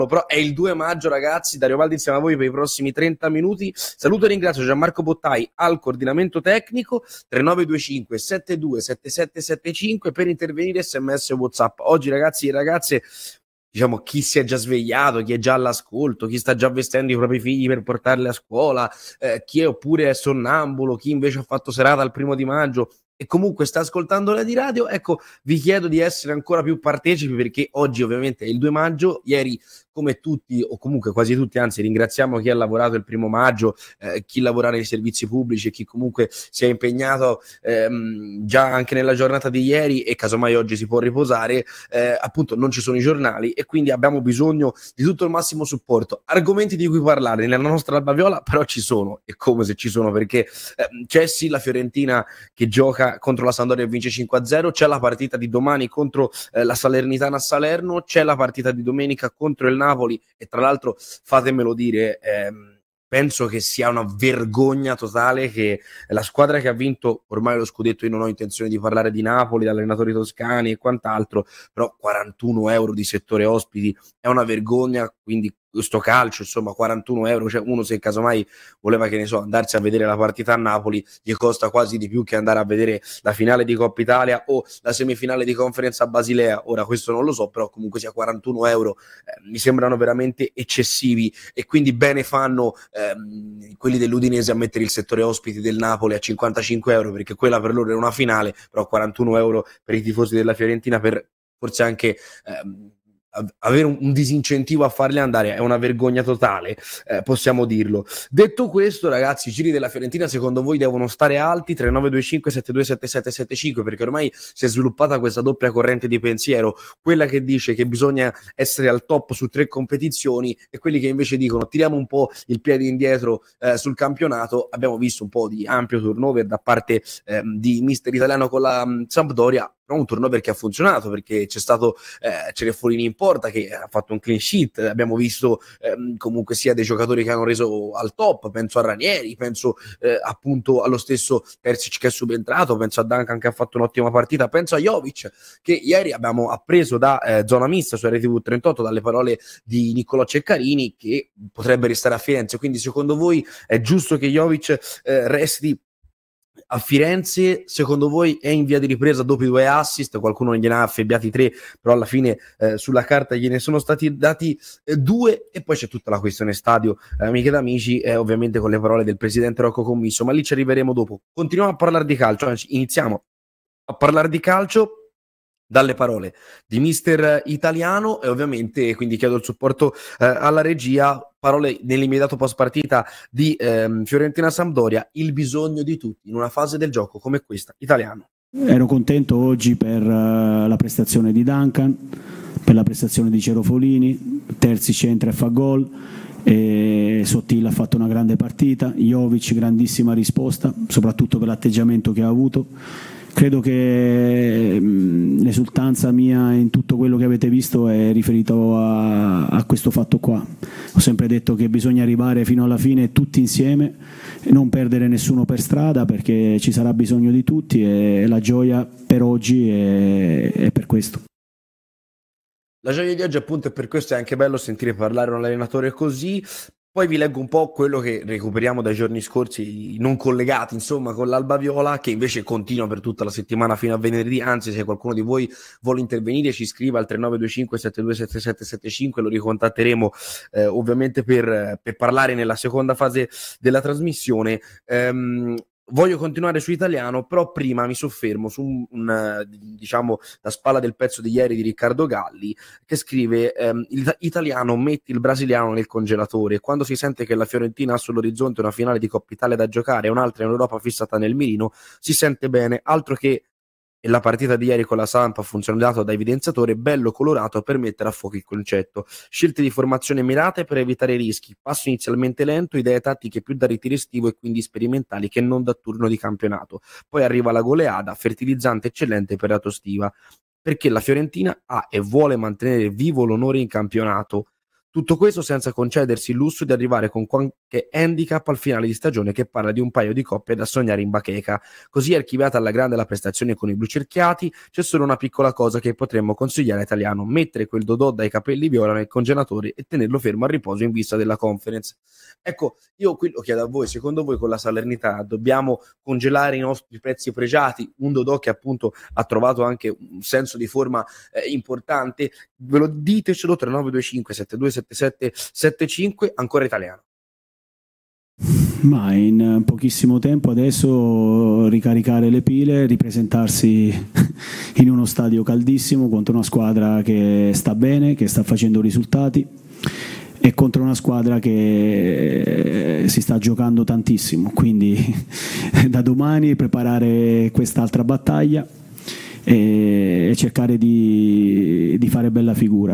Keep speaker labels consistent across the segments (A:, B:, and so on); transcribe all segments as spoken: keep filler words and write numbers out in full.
A: Però è il due maggio, ragazzi. Dario Valdi insieme a voi per i prossimi trenta minuti. Saluto e ringrazio Gianmarco Bottai al coordinamento tecnico. Tre nove due cinque sette due sette sette sette cinque per intervenire, sms e WhatsApp. Oggi, ragazzi e ragazze, diciamo, chi si è già svegliato, chi è già all'ascolto, chi sta già vestendo i propri figli per portarli a scuola, eh, chi è oppure è sonnambulo, chi invece ha fatto serata il primo di maggio e comunque sta ascoltando la di radio, ecco, vi chiedo di essere ancora più partecipi, perché oggi ovviamente è il due maggio. Ieri, come tutti o comunque quasi tutti, anzi ringraziamo chi ha lavorato il primo maggio, eh, chi lavora nei servizi pubblici e chi comunque si è impegnato ehm, già anche nella giornata di ieri e casomai oggi si può riposare, eh, appunto non ci sono i giornali e quindi abbiamo bisogno di tutto il massimo supporto. Argomenti di cui parlare nella nostra Alba Viola però ci sono, e come se ci sono, perché eh, c'è sì la Fiorentina che gioca contro la Sampdoria e vince cinque a zero, c'è la partita di domani contro eh, la Salernitana a Salerno, c'è la partita di domenica contro il Napoli e tra l'altro fatemelo dire, ehm, penso che sia una vergogna totale che la squadra che ha vinto ormai lo scudetto, io non ho intenzione di parlare di Napoli, di allenatori toscani e quant'altro, però quarantuno euro di settore ospiti è una vergogna, quindi questo calcio, insomma, quarantuno euro, cioè uno se casomai voleva, che ne so, andarsi a vedere la partita a Napoli, gli costa quasi di più che andare a vedere la finale di Coppa Italia o la semifinale di Conference a Basilea. Ora questo non lo so, però comunque sia quarantuno euro eh, mi sembrano veramente eccessivi e quindi bene fanno ehm, quelli dell'Udinese a mettere il settore ospiti del Napoli a cinquantacinque euro, perché quella per loro è una finale, però quarantuno euro per i tifosi della Fiorentina, per forse anche ehm, avere un, un disincentivo a farli andare, è una vergogna totale, eh, possiamo dirlo. Detto questo, ragazzi, i giri della Fiorentina secondo voi devono stare alti? Tre nove due cinque sette due sette sette sette cinque, perché ormai si è sviluppata questa doppia corrente di pensiero, quella che dice che bisogna essere al top su tre competizioni e quelli che invece dicono tiriamo un po' il piede indietro eh, sul campionato. Abbiamo visto un po' di ampio turnover da parte eh, di mister italiano con la um, Sampdoria, un turnover che ha funzionato, perché c'è stato eh, Cerefolini in porta che ha fatto un clean sheet, abbiamo visto ehm, comunque sia dei giocatori che hanno reso al top, penso a Ranieri, penso eh, appunto allo stesso Persic che è subentrato, penso a Duncan che ha fatto un'ottima partita, penso a Jovic che ieri abbiamo appreso da eh, Zona Mista su R T V trentotto dalle parole di Niccolò Ceccarini che potrebbe restare a Firenze. Quindi secondo voi è giusto che Jovic eh, resti a Firenze? Secondo voi è in via di ripresa dopo i due assist? Qualcuno gliene ha affebbiati tre, però alla fine eh, sulla carta gliene sono stati dati eh, due. E poi c'è tutta la questione stadio, eh, amiche ed amici, eh, ovviamente con le parole del presidente Rocco Commisso, ma lì ci arriveremo dopo. Continuiamo a parlare di calcio, anzi iniziamo a parlare di calcio dalle parole di mister Italiano e ovviamente quindi chiedo il supporto eh, alla regia. Parole nell'immediato post partita di ehm, Fiorentina-Sampdoria, il bisogno di tutti in una fase del gioco come questa. Italiano.
B: Ero contento oggi per uh, la prestazione di Duncan, per la prestazione di Cerofolini, Terzic entra e fa gol, e Sottil ha fatto una grande partita, Jovic grandissima risposta, soprattutto per l'atteggiamento che ha avuto. Credo che mh, l'esultanza mia in tutto quello che avete visto è riferito a, a questo fatto qua. Ho sempre detto che bisogna arrivare fino alla fine tutti insieme e non perdere nessuno per strada, perché ci sarà bisogno di tutti e la gioia per oggi è, è per questo.
A: La gioia di oggi appunto è per questo, è anche bello sentire parlare un allenatore così. Poi vi leggo un po' quello che recuperiamo dai giorni scorsi, non collegati insomma con l'Alba Viola, che invece continua per tutta la settimana fino a venerdì. Anzi, se qualcuno di voi vuole intervenire ci scriva al tre nove due cinque sette due sette sette sette cinque, lo ricontatteremo eh, ovviamente per, per parlare nella seconda fase della trasmissione. Ehm, Voglio continuare su Italiano, però prima mi soffermo su un, un, diciamo, la spalla del pezzo di ieri di Riccardo Galli, che scrive ehm, il Italiano metti il brasiliano nel congelatore, quando si sente che la Fiorentina ha sull'orizzonte una finale di Coppa Italia da giocare e un'altra in Europa fissata nel mirino, si sente bene, altro che e la partita di ieri con la Samp ha funzionato da evidenziatore bello colorato per mettere a fuoco il concetto. Scelte di formazione mirate per evitare i rischi, passo inizialmente lento, idee tattiche più da ritiro estivo e quindi sperimentali che non da turno di campionato. Poi arriva la goleada, fertilizzante eccellente per la tostiva, perché la Fiorentina ha e vuole mantenere vivo l'onore in campionato. Tutto questo senza concedersi il lusso di arrivare con qualche handicap al finale di stagione che parla di un paio di coppie da sognare in bacheca. Così archiviata alla grande la prestazione con i blu cerchiati, c'è solo una piccola cosa che potremmo consigliare a Italiano: mettere quel Dodò dai capelli viola nel congelatore e tenerlo fermo a riposo in vista della conference. Ecco, io qui lo chiedo a voi: secondo voi con la Salernità dobbiamo congelare i nostri pezzi pregiati? Un Dodò che appunto ha trovato anche un senso di forma eh, importante, ve lo ditecelo tre nove due cinque sette due sette sette sette cinque, ancora Italiano.
B: Ma in pochissimo tempo adesso ricaricare le pile, ripresentarsi in uno stadio caldissimo contro una squadra che sta bene, che sta facendo risultati, e contro una squadra che si sta giocando tantissimo, quindi da domani preparare quest'altra battaglia e cercare di, di fare bella figura.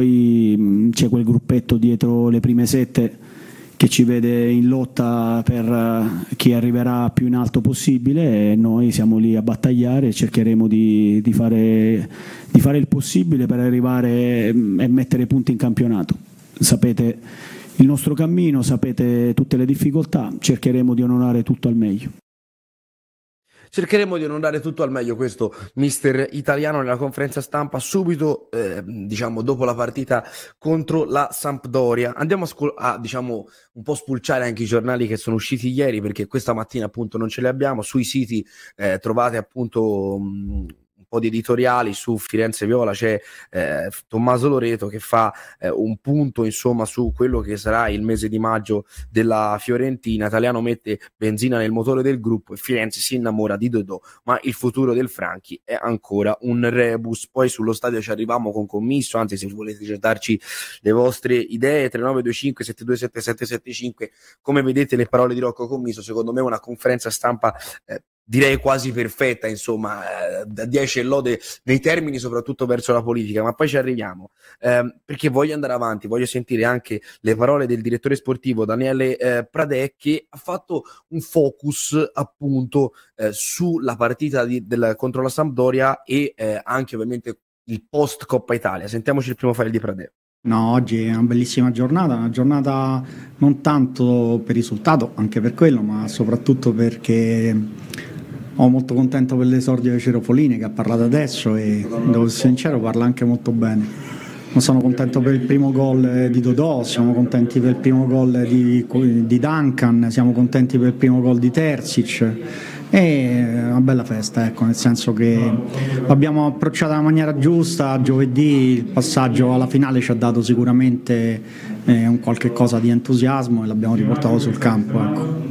B: Poi c'è quel gruppetto dietro le prime sette che ci vede in lotta per chi arriverà più in alto possibile, e noi siamo lì a battagliare e cercheremo di, di, fare, di fare il possibile per arrivare e mettere punti in campionato. Sapete il nostro cammino, sapete tutte le difficoltà, cercheremo di onorare tutto al meglio.
A: Cercheremo di onorare tutto al meglio, questo mister Italiano nella conferenza stampa subito eh, diciamo dopo la partita contro la Sampdoria. Andiamo a, scol- a diciamo un po' spulciare anche i giornali che sono usciti ieri, perché questa mattina appunto non ce li abbiamo. Sui siti eh, trovate appunto mh, un po' di editoriali. Su Firenze Viola c'è eh, Tommaso Loreto che fa eh, un punto insomma su quello che sarà il mese di maggio della Fiorentina. Italiano mette benzina nel motore del gruppo e Firenze si innamora di Dodò, ma il futuro del Franchi è ancora un rebus. Poi sullo stadio ci arriviamo con Commisso, anzi se volete gettarci le vostre idee tre nove due cinque sette due sette sette sette cinque. Come vedete le parole di Rocco Commisso, secondo me una conferenza stampa eh, direi quasi perfetta, insomma, eh, da dieci e lode nei termini, soprattutto verso la politica, ma poi ci arriviamo, eh, perché voglio andare avanti, voglio sentire anche le parole del direttore sportivo Daniele eh, Pradè, che ha fatto un focus appunto eh, sulla partita di, del, contro la Sampdoria e eh, anche ovviamente il post Coppa Italia. Sentiamoci il primo file di Pradè.
C: No, oggi è una bellissima giornata, una giornata non tanto per risultato, anche per quello, ma soprattutto perché sono molto contento per l'esordio di Cerofolini, che ha parlato adesso e, devo essere sincero, parla anche molto bene. Non sono contento per il primo gol di Dodò, siamo contenti per il primo gol di, di Duncan, siamo contenti per il primo gol di Terzic. È una bella festa, ecco, nel senso che l'abbiamo approcciata nella maniera giusta. Giovedì il passaggio alla finale ci ha dato sicuramente eh, un qualche cosa di entusiasmo e l'abbiamo riportato sul campo, ecco.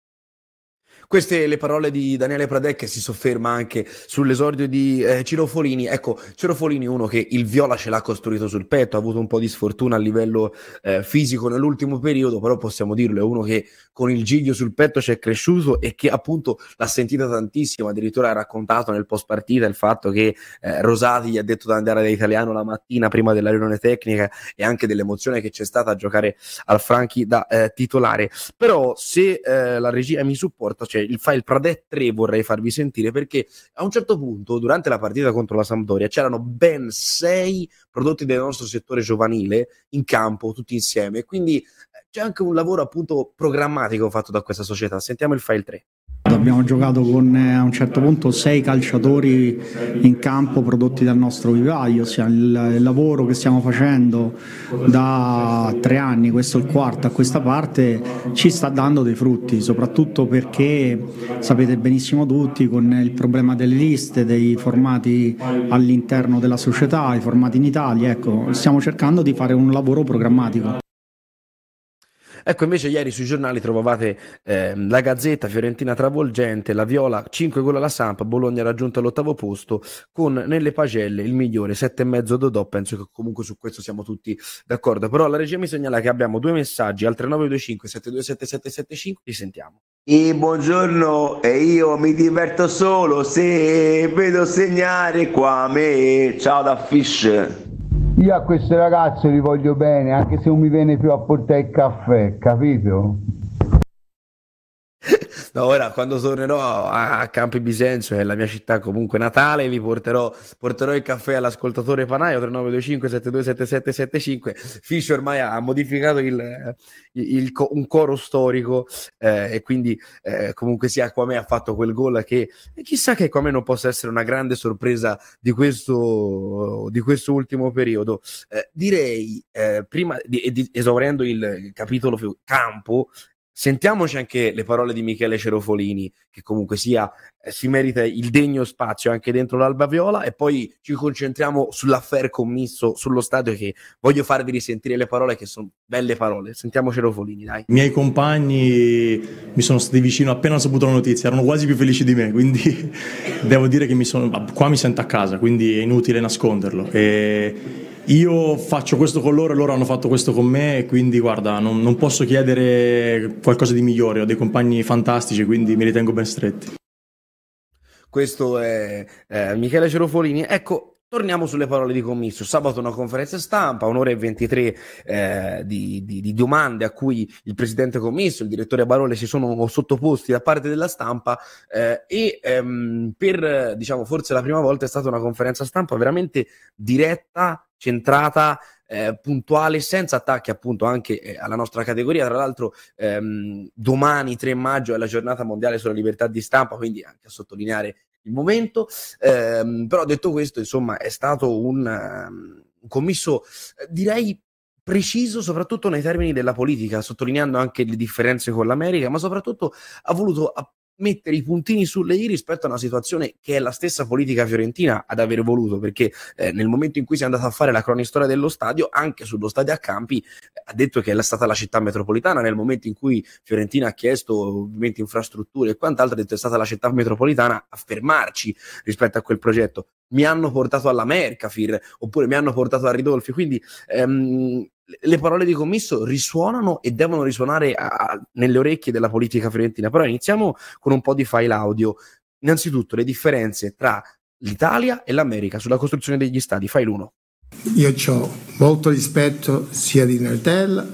A: Queste le parole di Daniele Pradè, che si sofferma anche sull'esordio di eh, Cerofolini. Ecco, Cerofolini, uno che il Viola ce l'ha costruito sul petto, ha avuto un po' di sfortuna a livello eh, fisico nell'ultimo periodo, però possiamo dirlo, è uno che con il giglio sul petto ci è cresciuto e che appunto l'ha sentita tantissimo. Addirittura ha raccontato nel post partita il fatto che eh, Rosati gli ha detto di andare da Italiano la mattina prima della riunione tecnica, e anche dell'emozione che c'è stata a giocare al Franchi da eh, titolare. Però se eh, la regia mi supporta, cioè il file Pradè tre vorrei farvi sentire, perché a un certo punto durante la partita contro la Sampdoria c'erano ben sei prodotti del nostro settore giovanile in campo tutti insieme, quindi c'è anche un lavoro appunto programmatico fatto da questa società. Sentiamo il file tre.
C: Abbiamo giocato con eh, a un certo punto sei calciatori in campo prodotti dal nostro vivaio, ossia il, il lavoro che stiamo facendo da tre anni, questo è il quarto a questa parte, ci sta dando dei frutti, soprattutto perché sapete benissimo tutti con il problema delle liste, dei formati all'interno della società, i formati in Italia, ecco, stiamo cercando di fare un lavoro programmatico.
A: Ecco, invece ieri sui giornali trovavate eh, la Gazzetta, Fiorentina travolgente, la Viola, cinque gol alla Samp, Bologna raggiunta all'ottavo posto, con nelle pagelle il migliore, sette e mezzo Dodò. Penso che comunque su questo siamo tutti d'accordo. Però la regia mi segnala che abbiamo due messaggi al tre nove due cinque sette due sette sette sette cinque, li sentiamo.
D: E buongiorno, e io mi diverto solo se vedo segnare qua me. Ciao da Fish.
E: Io a questo ragazzo li voglio bene, anche se non mi viene più a portare il caffè, capito?
A: No, ora quando tornerò a, a Campi Bisenzio, è la mia città comunque natale, vi porterò, porterò il caffè all'ascoltatore Panaio tre nove due cinque sette due sette sette sette cinque. Fish ormai ha modificato il, il, il, un coro storico eh, e quindi eh, comunque sia Kwame ha fatto quel gol che chissà che Kwame non possa essere una grande sorpresa di questo, di questo ultimo periodo. Eh, direi, eh, prima di, di, esaurendo il capitolo campo, sentiamoci anche le parole di Michele Cerofolini, che comunque sia eh, si merita il degno spazio anche dentro l'Alba Viola, e poi ci concentriamo sull'affair commisso sullo stadio, che voglio farvi risentire le parole, che sono belle parole. Sentiamo Cerofolini, dai.
F: I miei compagni mi sono stati vicino appena ho saputo la notizia, erano quasi più felici di me, quindi devo dire che mi sono, qua mi sento a casa, quindi è inutile nasconderlo. E io faccio questo con loro e loro hanno fatto questo con me, e quindi guarda, non, non posso chiedere qualcosa di migliore. Ho dei compagni fantastici, quindi mi ritengo ben stretti.
A: Questo è eh, Michele Cerofolini. Ecco, torniamo sulle parole di Commisso. Sabato una conferenza stampa, un'ora e ventitré eh, di, di, di domande a cui il presidente Commisso, il direttore Barole si sono sottoposti da parte della stampa eh, e ehm, per, diciamo, forse la prima volta è stata una conferenza stampa veramente diretta, centrata, eh, puntuale, senza attacchi appunto anche eh, alla nostra categoria. Tra l'altro ehm, domani tre maggio è la giornata mondiale sulla libertà di stampa, quindi anche a sottolineare il momento. Ehm, però detto questo, insomma, è stato un, um, un commisso eh, direi preciso, soprattutto nei termini della politica, sottolineando anche le differenze con l'America, ma soprattutto ha voluto a- mettere i puntini sulle i rispetto a una situazione che è la stessa politica fiorentina ad aver voluto, perché eh, nel momento in cui si è andato a fare la cronistoria dello stadio, anche sullo stadio a Campi, eh, ha detto che è stata la città metropolitana. Nel momento in cui Fiorentina ha chiesto ovviamente infrastrutture e quant'altro, ha detto è stata la città metropolitana a fermarci rispetto a quel progetto. Mi hanno portato alla Mercafir, oppure mi hanno portato a Ridolfi, quindi ehm, le parole di Commisso risuonano e devono risuonare a, a, nelle orecchie della politica fiorentina. Però iniziamo con un po' di file audio. Innanzitutto le differenze tra l'Italia e l'America sulla costruzione degli stadi. File uno.
G: Io ho molto rispetto sia di Nardella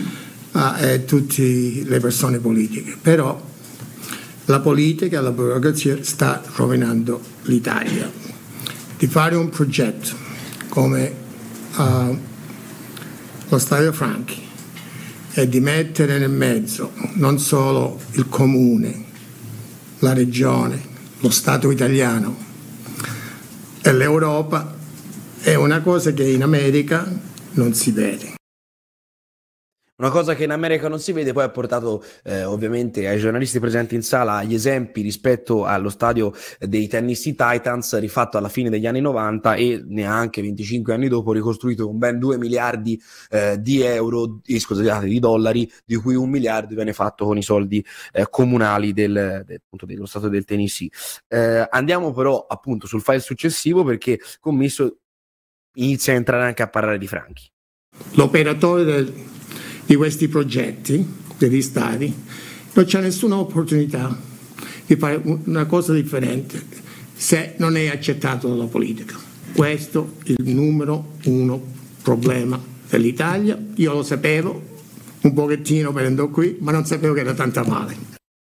G: e eh, tutte le persone politiche, però la politica, la burocrazia sta rovinando l'Italia. Di fare un progetto come uh, lo Stadio Franchi e di mettere nel mezzo non solo il comune, la regione, lo Stato italiano e l'Europa è una cosa che in America non si vede.
A: Una cosa che in America non si vede. Poi ha portato eh, ovviamente ai giornalisti presenti in sala gli esempi rispetto allo stadio dei Tennessee Titans, rifatto alla fine degli anni novanta e neanche venticinque anni dopo ricostruito con ben due miliardi eh, di euro, eh, scusate, di dollari, di cui un miliardo viene fatto con i soldi eh, comunali del, del, appunto, dello stato del Tennessee. Eh, andiamo però appunto sul file successivo, perché Commisso inizia a entrare anche a parlare di Franchi.
G: L'operatore del di questi progetti degli stadi non c'è nessuna opportunità di fare una cosa differente se non è accettato dalla politica. Questo è il numero uno problema dell'Italia. Io lo sapevo un pochettino venendo qui, ma non sapevo che era tanta male.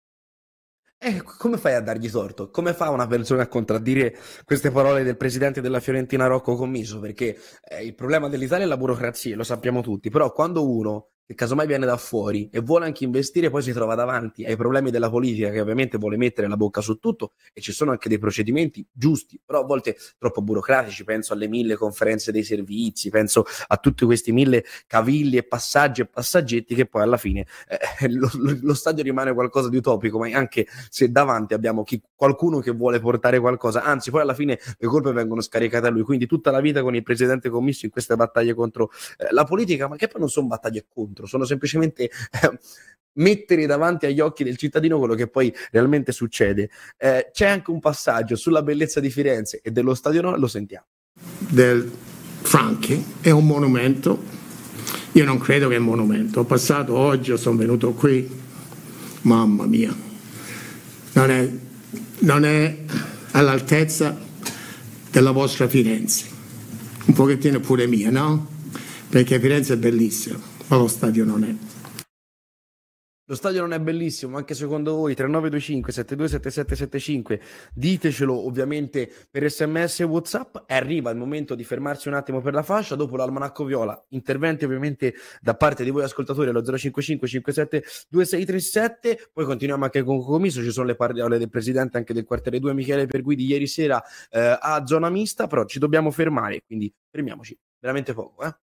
A: Eh, come fai a dargli torto? Come fa una persona a contraddire queste parole del presidente della Fiorentina Rocco Commisso? Perché eh, il problema dell'Italia è la burocrazia, lo sappiamo tutti, però quando uno che casomai viene da fuori e vuole anche investire, poi si trova davanti ai problemi della politica, che ovviamente vuole mettere la bocca su tutto, e ci sono anche dei procedimenti giusti, però a volte troppo burocratici. Penso alle mille conferenze dei servizi, penso a tutti questi mille cavilli e passaggi e passaggetti, che poi alla fine eh, lo, lo stadio rimane qualcosa di utopico, ma anche se davanti abbiamo chi, qualcuno che vuole portare qualcosa, anzi poi alla fine le colpe vengono scaricate a lui. Quindi tutta la vita con il presidente Commisso in queste battaglie contro eh, la politica, ma che poi non sono battaglie contro, sono semplicemente eh, mettere davanti agli occhi del cittadino quello che poi realmente succede. Eh, c'è anche un passaggio sulla bellezza di Firenze e dello stadio, no? Lo sentiamo.
G: Del Franchi è un monumento. Io non credo che è un monumento. Ho passato oggi, sono venuto qui, mamma mia, non è, non è all'altezza della vostra Firenze, un pochettino pure mia, no? Perché Firenze è bellissima, ma lo stadio non è.
A: Lo stadio non è bellissimo, anche secondo voi? tre nove due cinque sette due sette sette sette cinque, ditecelo ovviamente per sms e whatsapp. Arriva il momento di fermarsi un attimo per la fascia, dopo l'almanacco viola, interventi ovviamente da parte di voi ascoltatori allo zero cinque cinque cinque sette due sei tre sette, poi continuiamo anche con Commisso, ci sono le parole del presidente anche del quartiere due Michele Perguidi ieri sera eh, a zona mista, però ci dobbiamo fermare, quindi fermiamoci, veramente poco, eh?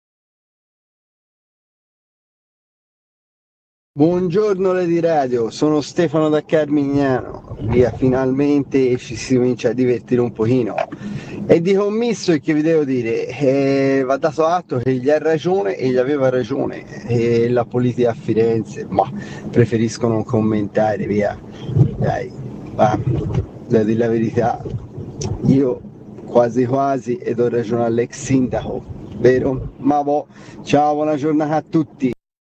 H: Buongiorno Lady Radio, sono Stefano da Carmignano, via, finalmente ci si comincia a divertire un pochino. E di Commisso che vi devo dire, eh, va dato atto che gli ha ragione e gli aveva ragione, e la politica a Firenze, ma preferisco non commentare, via, dai, va, da dire la verità, io quasi quasi e do ragione all'ex sindaco, vero? Ma boh, ciao, buona giornata a tutti.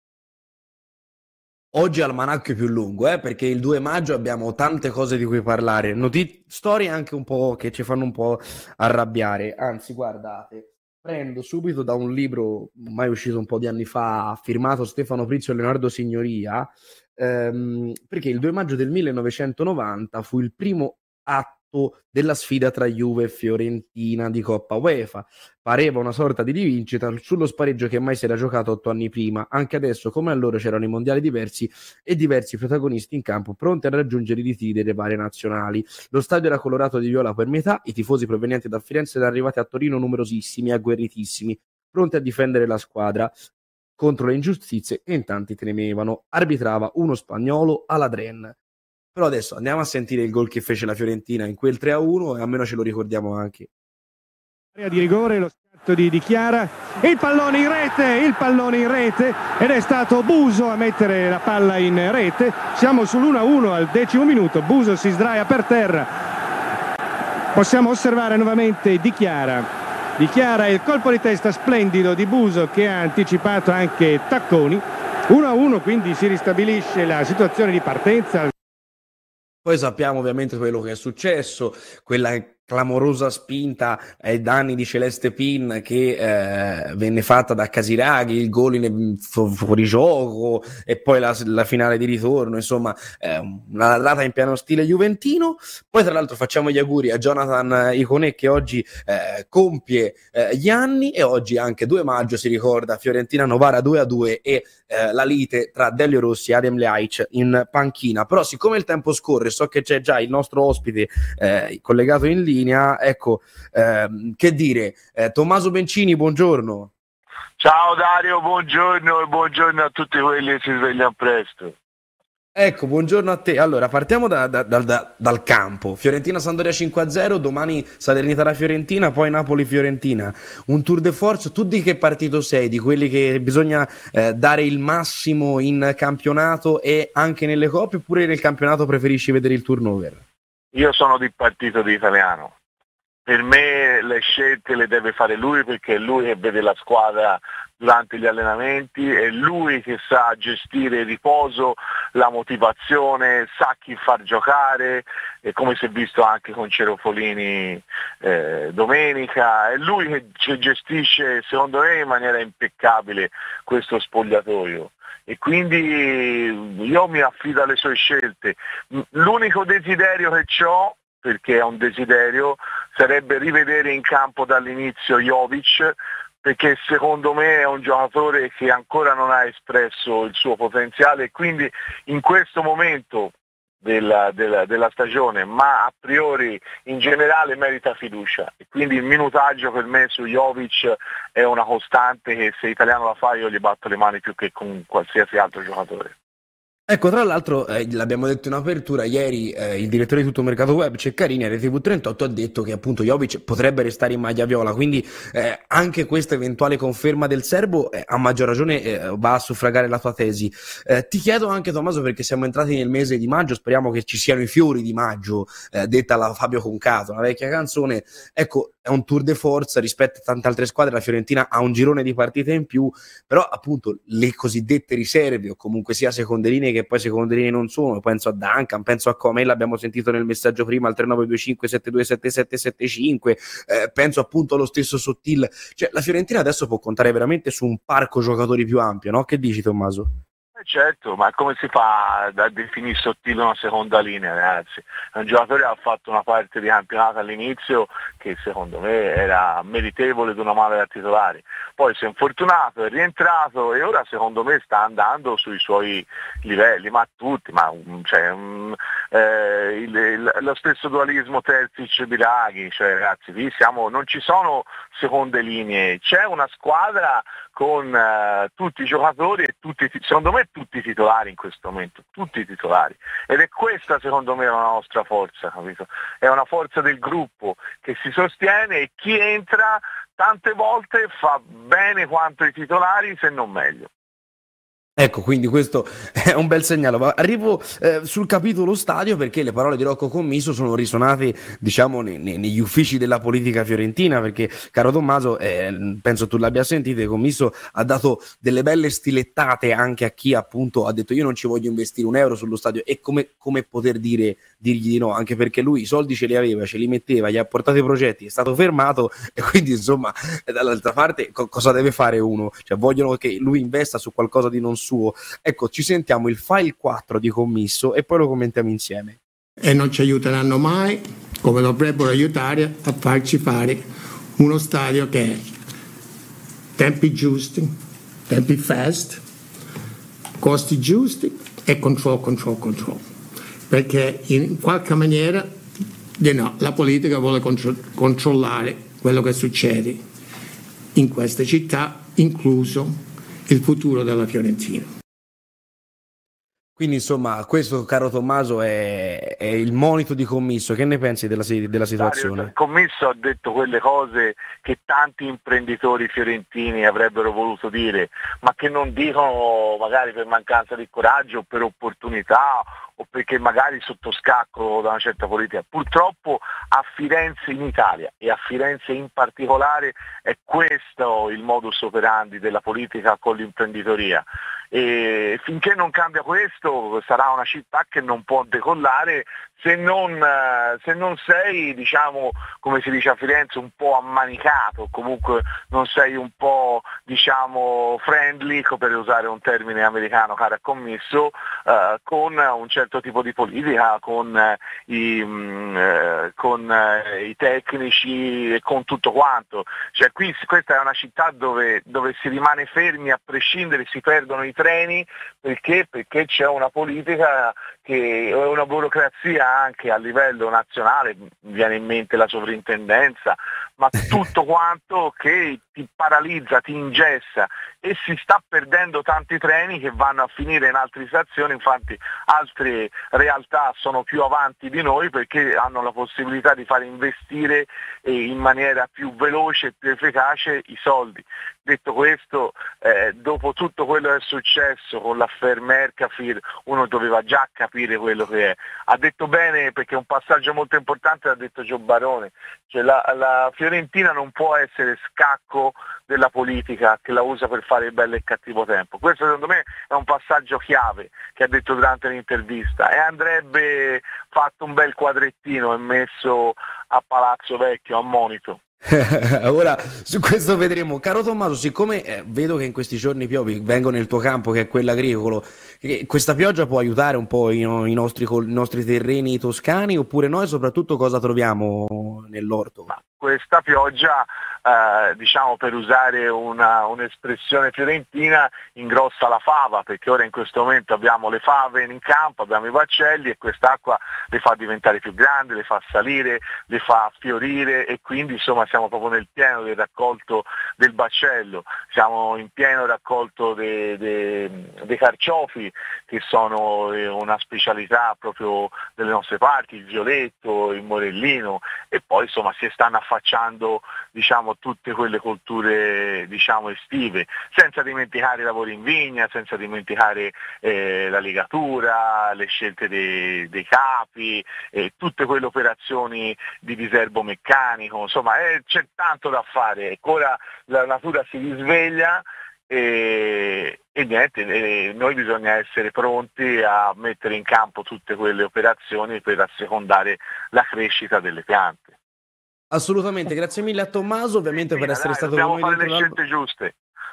A: Oggi almanacco è più lungo, eh, perché il due maggio abbiamo tante cose di cui parlare, Noti- storie anche un po' che ci fanno un po' arrabbiare. Anzi, guardate, prendo subito da un libro mai uscito un po' di anni fa, firmato Stefano Prizio e Leonardo Signoria, ehm, perché il due maggio del millenovecentonovanta fu il primo atto della sfida tra Juve e Fiorentina di Coppa UEFA. Pareva una sorta di rivincita sullo spareggio che mai si era giocato otto anni prima. Anche adesso, come allora, c'erano i mondiali diversi e diversi protagonisti in campo pronti a raggiungere i titoli delle varie nazionali. Lo stadio era colorato di viola per metà, i tifosi provenienti da Firenze erano arrivati a Torino numerosissimi e agguerritissimi, pronti a difendere la squadra contro le ingiustizie che in tanti temevano. Arbitrava uno spagnolo, Aladren. Però adesso andiamo a sentire il gol che fece la Fiorentina in quel tre a uno e almeno ce lo ricordiamo anche.
I: Area di rigore, lo scatto di, di Chiara, il pallone in rete, il pallone in rete ed è stato Buso a mettere la palla in rete. Siamo sull'uno a uno al decimo minuto, Buso si sdraia per terra. Possiamo osservare nuovamente Di Chiara. Di Chiara e il colpo di testa splendido di Buso che ha anticipato anche Tacconi. uno a uno, quindi si ristabilisce la situazione di partenza.
A: Poi sappiamo ovviamente quello che è successo, quella clamorosa spinta ai danni di Celeste Pin che eh, venne fatta da Casiraghi, il gol in fu- fuorigioco e poi la, la finale di ritorno, insomma eh, una ladrata in pieno stile juventino. Poi tra l'altro facciamo gli auguri a Jonathan Iconé che oggi eh, compie eh, gli anni, e oggi anche due maggio si ricorda Fiorentina Novara due a due e eh, la lite tra Delio Rossi e Adem Ljajic in panchina. Però siccome il tempo scorre, so che c'è già il nostro ospite eh, collegato in linea. Ecco, ehm, che dire, eh, Tommaso Bencini, buongiorno.
J: Ciao Dario, buongiorno e buongiorno a tutti quelli che si svegliano presto.
A: Ecco, buongiorno a te. Allora, partiamo da, da, da, da, dal campo. Fiorentina-Sampdoria cinque a zero, domani Salernitana-Fiorentina, poi Napoli-Fiorentina. Un tour de force, tu di che partito sei? Di quelli che bisogna eh, dare il massimo in campionato e anche nelle coppe, oppure nel campionato preferisci vedere il turnover?
J: Io sono di partito di italiano. Per me le scelte le deve fare lui, perché è lui che vede la squadra durante gli allenamenti, è lui che sa gestire il riposo, la motivazione, sa chi far giocare, e come si è visto anche con Cerofolini eh, domenica, è lui che gestisce secondo me in maniera impeccabile questo spogliatoio. E quindi io mi affido alle sue scelte. L'unico desiderio che ho, perché è un desiderio, sarebbe rivedere in campo dall'inizio Jovic, perché secondo me è un giocatore che ancora non ha espresso il suo potenziale e quindi in questo momento della, della, della stagione, ma a priori in generale merita fiducia, e quindi il minutaggio per me su Jovic è una costante che se Italiano la fa io gli batto le mani più che con qualsiasi altro giocatore.
A: Ecco, tra l'altro, eh, l'abbiamo detto in apertura, ieri eh, il direttore di Tutto Mercato Web, Ceccarini, a R T V trentotto, ha detto che appunto Jovic potrebbe restare in maglia viola, quindi eh, anche questa eventuale conferma del serbo eh, a maggior ragione eh, va a suffragare la tua tesi. Eh, ti chiedo anche, Tommaso, perché siamo entrati nel mese di maggio, speriamo che ci siano i fiori di maggio, eh, detta la Fabio Concato, una vecchia canzone. Ecco, è un tour de force rispetto a tante altre squadre, la Fiorentina ha un girone di partite in più, però appunto le cosiddette riserve, o comunque sia seconderine che poi seconderine non sono, penso a Duncan, penso a Comè, l'abbiamo sentito nel messaggio prima al tre nove due cinque sette due sette sette sette cinque, eh, penso appunto allo stesso Sottil, cioè la Fiorentina adesso può contare veramente su un parco giocatori più ampio, no? Che dici, Tommaso?
J: Certo, ma come si fa a definire sottile una seconda linea, ragazzi? Un giocatore ha fatto una parte di campionato all'inizio che secondo me era meritevole di una mano da titolare, poi si è infortunato, è rientrato e ora secondo me sta andando sui suoi livelli, ma tutti, ma cioè, um, eh, il, il, lo stesso dualismo Terzic-Biraghi, cioè ragazzi, qui siamo, non ci sono seconde linee, c'è una squadra con uh, tutti i giocatori e tutti, secondo me tutti i titolari in questo momento, tutti i titolari, ed è questa secondo me la nostra forza, capito? È una forza del gruppo che si sostiene e chi entra tante volte fa bene quanto i titolari, se non meglio.
A: Ecco, quindi questo è un bel segnale. Ma arrivo eh, sul capitolo stadio perché le parole di Rocco Commisso sono risonate, diciamo, ne, ne, negli uffici della politica fiorentina, perché, caro Tommaso, eh, penso tu l'abbia sentito, Commisso ha dato delle belle stilettate anche a chi appunto ha detto io non ci voglio investire un euro sullo stadio, e come, come poter dire dirgli di no, anche perché lui i soldi ce li aveva, ce li metteva, gli ha portato i progetti, è stato fermato e quindi insomma dall'altra parte co- cosa deve fare uno? Cioè vogliono che lui investa su qualcosa di non suo. Ecco, ci sentiamo il file quattro di Commisso e poi lo commentiamo insieme.
G: E non ci aiuteranno mai, come dovrebbero aiutare, a farci fare uno stadio che è tempi giusti, tempi fast, costi giusti e control, control, control. Perché in qualche maniera you know, la politica vuole contro- controllare quello che succede in queste città, incluso il futuro della Fiorentina.
A: Quindi insomma questo, caro Tommaso, è, è il monito di Commisso. Che ne pensi della, della situazione?
J: Il Commisso ha detto quelle cose che tanti imprenditori fiorentini avrebbero voluto dire, ma che non dicono magari per mancanza di coraggio o per opportunità o perché magari sotto scacco da una certa politica. Purtroppo a Firenze in Italia e a Firenze in particolare è questo il modus operandi della politica con l'imprenditoria. E finché non cambia questo sarà una città che non può decollare se non, se non sei, diciamo, come si dice a Firenze, un po' ammanicato, comunque non sei un po', diciamo, friendly, per usare un termine americano caro a Commisso, eh, con un certo tipo di politica, con, eh, i, mh, eh, con eh, i tecnici e con tutto quanto. Cioè qui questa è una città dove, dove si rimane fermi a prescindere, si perdono i treni perché, perché c'è una politica che è una burocrazia anche a livello nazionale, mi viene in mente la sovrintendenza, ma tutto quanto che ti paralizza, ti ingessa e si sta perdendo tanti treni che vanno a finire in altre stazioni. Infatti altre realtà sono più avanti di noi perché hanno la possibilità di far investire in maniera più veloce e più efficace i soldi. Detto questo, eh, dopo tutto quello che è successo con l'affair Mercafir, uno doveva già capire quello che è. Ha detto bene, perché è un passaggio molto importante, ha detto Gio Barone, cioè la, la Fiorentina non può essere scacco della politica che la usa per fare il bello e il cattivo tempo. Questo secondo me è un passaggio chiave che ha detto durante l'intervista e andrebbe fatto un bel quadrettino e messo a Palazzo Vecchio, a monito.
A: Ora su questo vedremo. Caro Tommaso, siccome eh, vedo che in questi giorni piovi, vengo nel tuo campo che è quello agricolo, che questa pioggia può aiutare un po' i, i, nostri, i nostri terreni toscani oppure no, e soprattutto cosa troviamo nell'orto?
J: Ma questa pioggia, eh, diciamo, per usare una, un'espressione fiorentina, ingrossa la fava, perché ora in questo momento abbiamo le fave in campo, abbiamo i baccelli e quest'acqua le fa diventare più grandi, le fa salire, le fa fiorire e quindi insomma siamo proprio nel pieno del raccolto del baccello, siamo in pieno raccolto dei, dei, dei carciofi che sono una specialità proprio delle nostre parti, il violetto, il morellino e poi insomma si stanno affacciando, diciamo, tutte quelle colture, diciamo, estive, senza dimenticare i lavori in vigna, senza dimenticare eh, la legatura, le scelte dei, dei capi, eh, tutte quelle operazioni di diserbo meccanico, insomma eh, c'è tanto da fare, ora la natura si risveglia e, e niente, e noi bisogna essere pronti a mettere in campo tutte quelle operazioni per assecondare la crescita delle piante.
A: Assolutamente, grazie mille a Tommaso, ovviamente per essere
J: dai,
A: stato
J: dobbiamo
A: con noi
J: fare le
A: dentro
J: scelte giuste.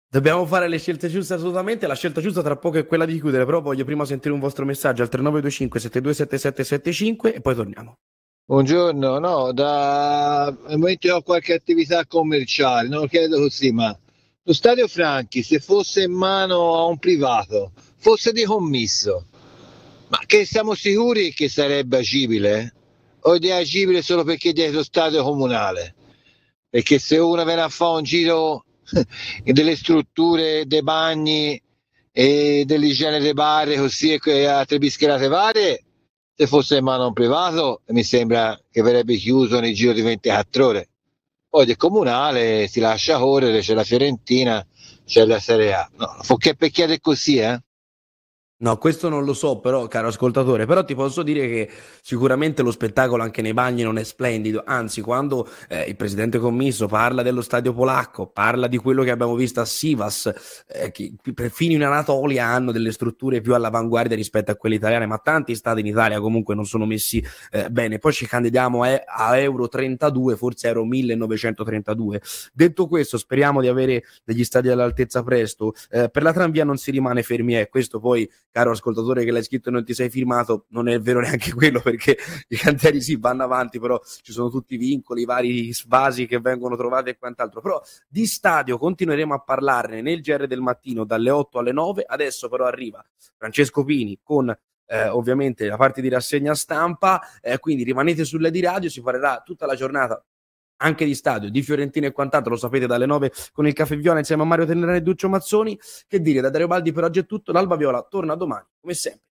A: Dobbiamo fare le scelte giuste assolutamente, la scelta giusta tra poco è quella di chiudere, però voglio prima sentire un vostro messaggio al tre nove due cinque sette due sette sette sette cinque e poi torniamo.
K: Buongiorno, no, da al momento ho qualche attività commerciale, non lo chiedo così, ma lo Stadio Franchi, se fosse in mano a un privato, fosse di commisso, ma che siamo sicuri che sarebbe agibile? O è agibile solo perché è dietro stadio comunale? Perché se uno viene a fare un giro delle strutture, dei bagni e dell'igiene dei bar così e altre bischerate varie, se fosse in mano a un privato mi sembra che verrebbe chiuso nel giro di ventiquattro ore. Poi del comunale si lascia correre, c'è la Fiorentina, c'è la Serie A. No, che per chiedere così, eh?
A: No, questo non lo so, però, caro ascoltatore, però ti posso dire che sicuramente lo spettacolo anche nei bagni non è splendido, anzi, quando eh, il presidente commisso parla dello stadio polacco, parla di quello che abbiamo visto a Sivas, eh, che perfino in Anatolia hanno delle strutture più all'avanguardia rispetto a quelle italiane, ma tanti stati in Italia comunque non sono messi eh, bene. Poi ci candidiamo a, a Euro trentadue, forse Euro millenovecentotrentadue. Detto questo, speriamo di avere degli stadi all'altezza presto. Eh, per la tranvia non si rimane fermi, eh, questo poi, caro ascoltatore che l'hai scritto e non ti sei firmato, non è vero neanche quello, perché i cantieri sì vanno avanti, però ci sono tutti i vincoli, i vari svasi che vengono trovati e quant'altro. Però di stadio continueremo a parlarne nel G R del mattino dalle otto alle nove. Adesso però arriva Francesco Pini con eh, ovviamente la parte di rassegna stampa, eh, quindi rimanete sulle di radio, si parlerà tutta la giornata anche di stadio, di Fiorentina e quant'altro, lo sapete, dalle nove con il Caffè Viola insieme a Mario Tenerani e Duccio Mazzoni. Che dire, da Dario Baldi per oggi è tutto, l'Alba Viola torna domani come sempre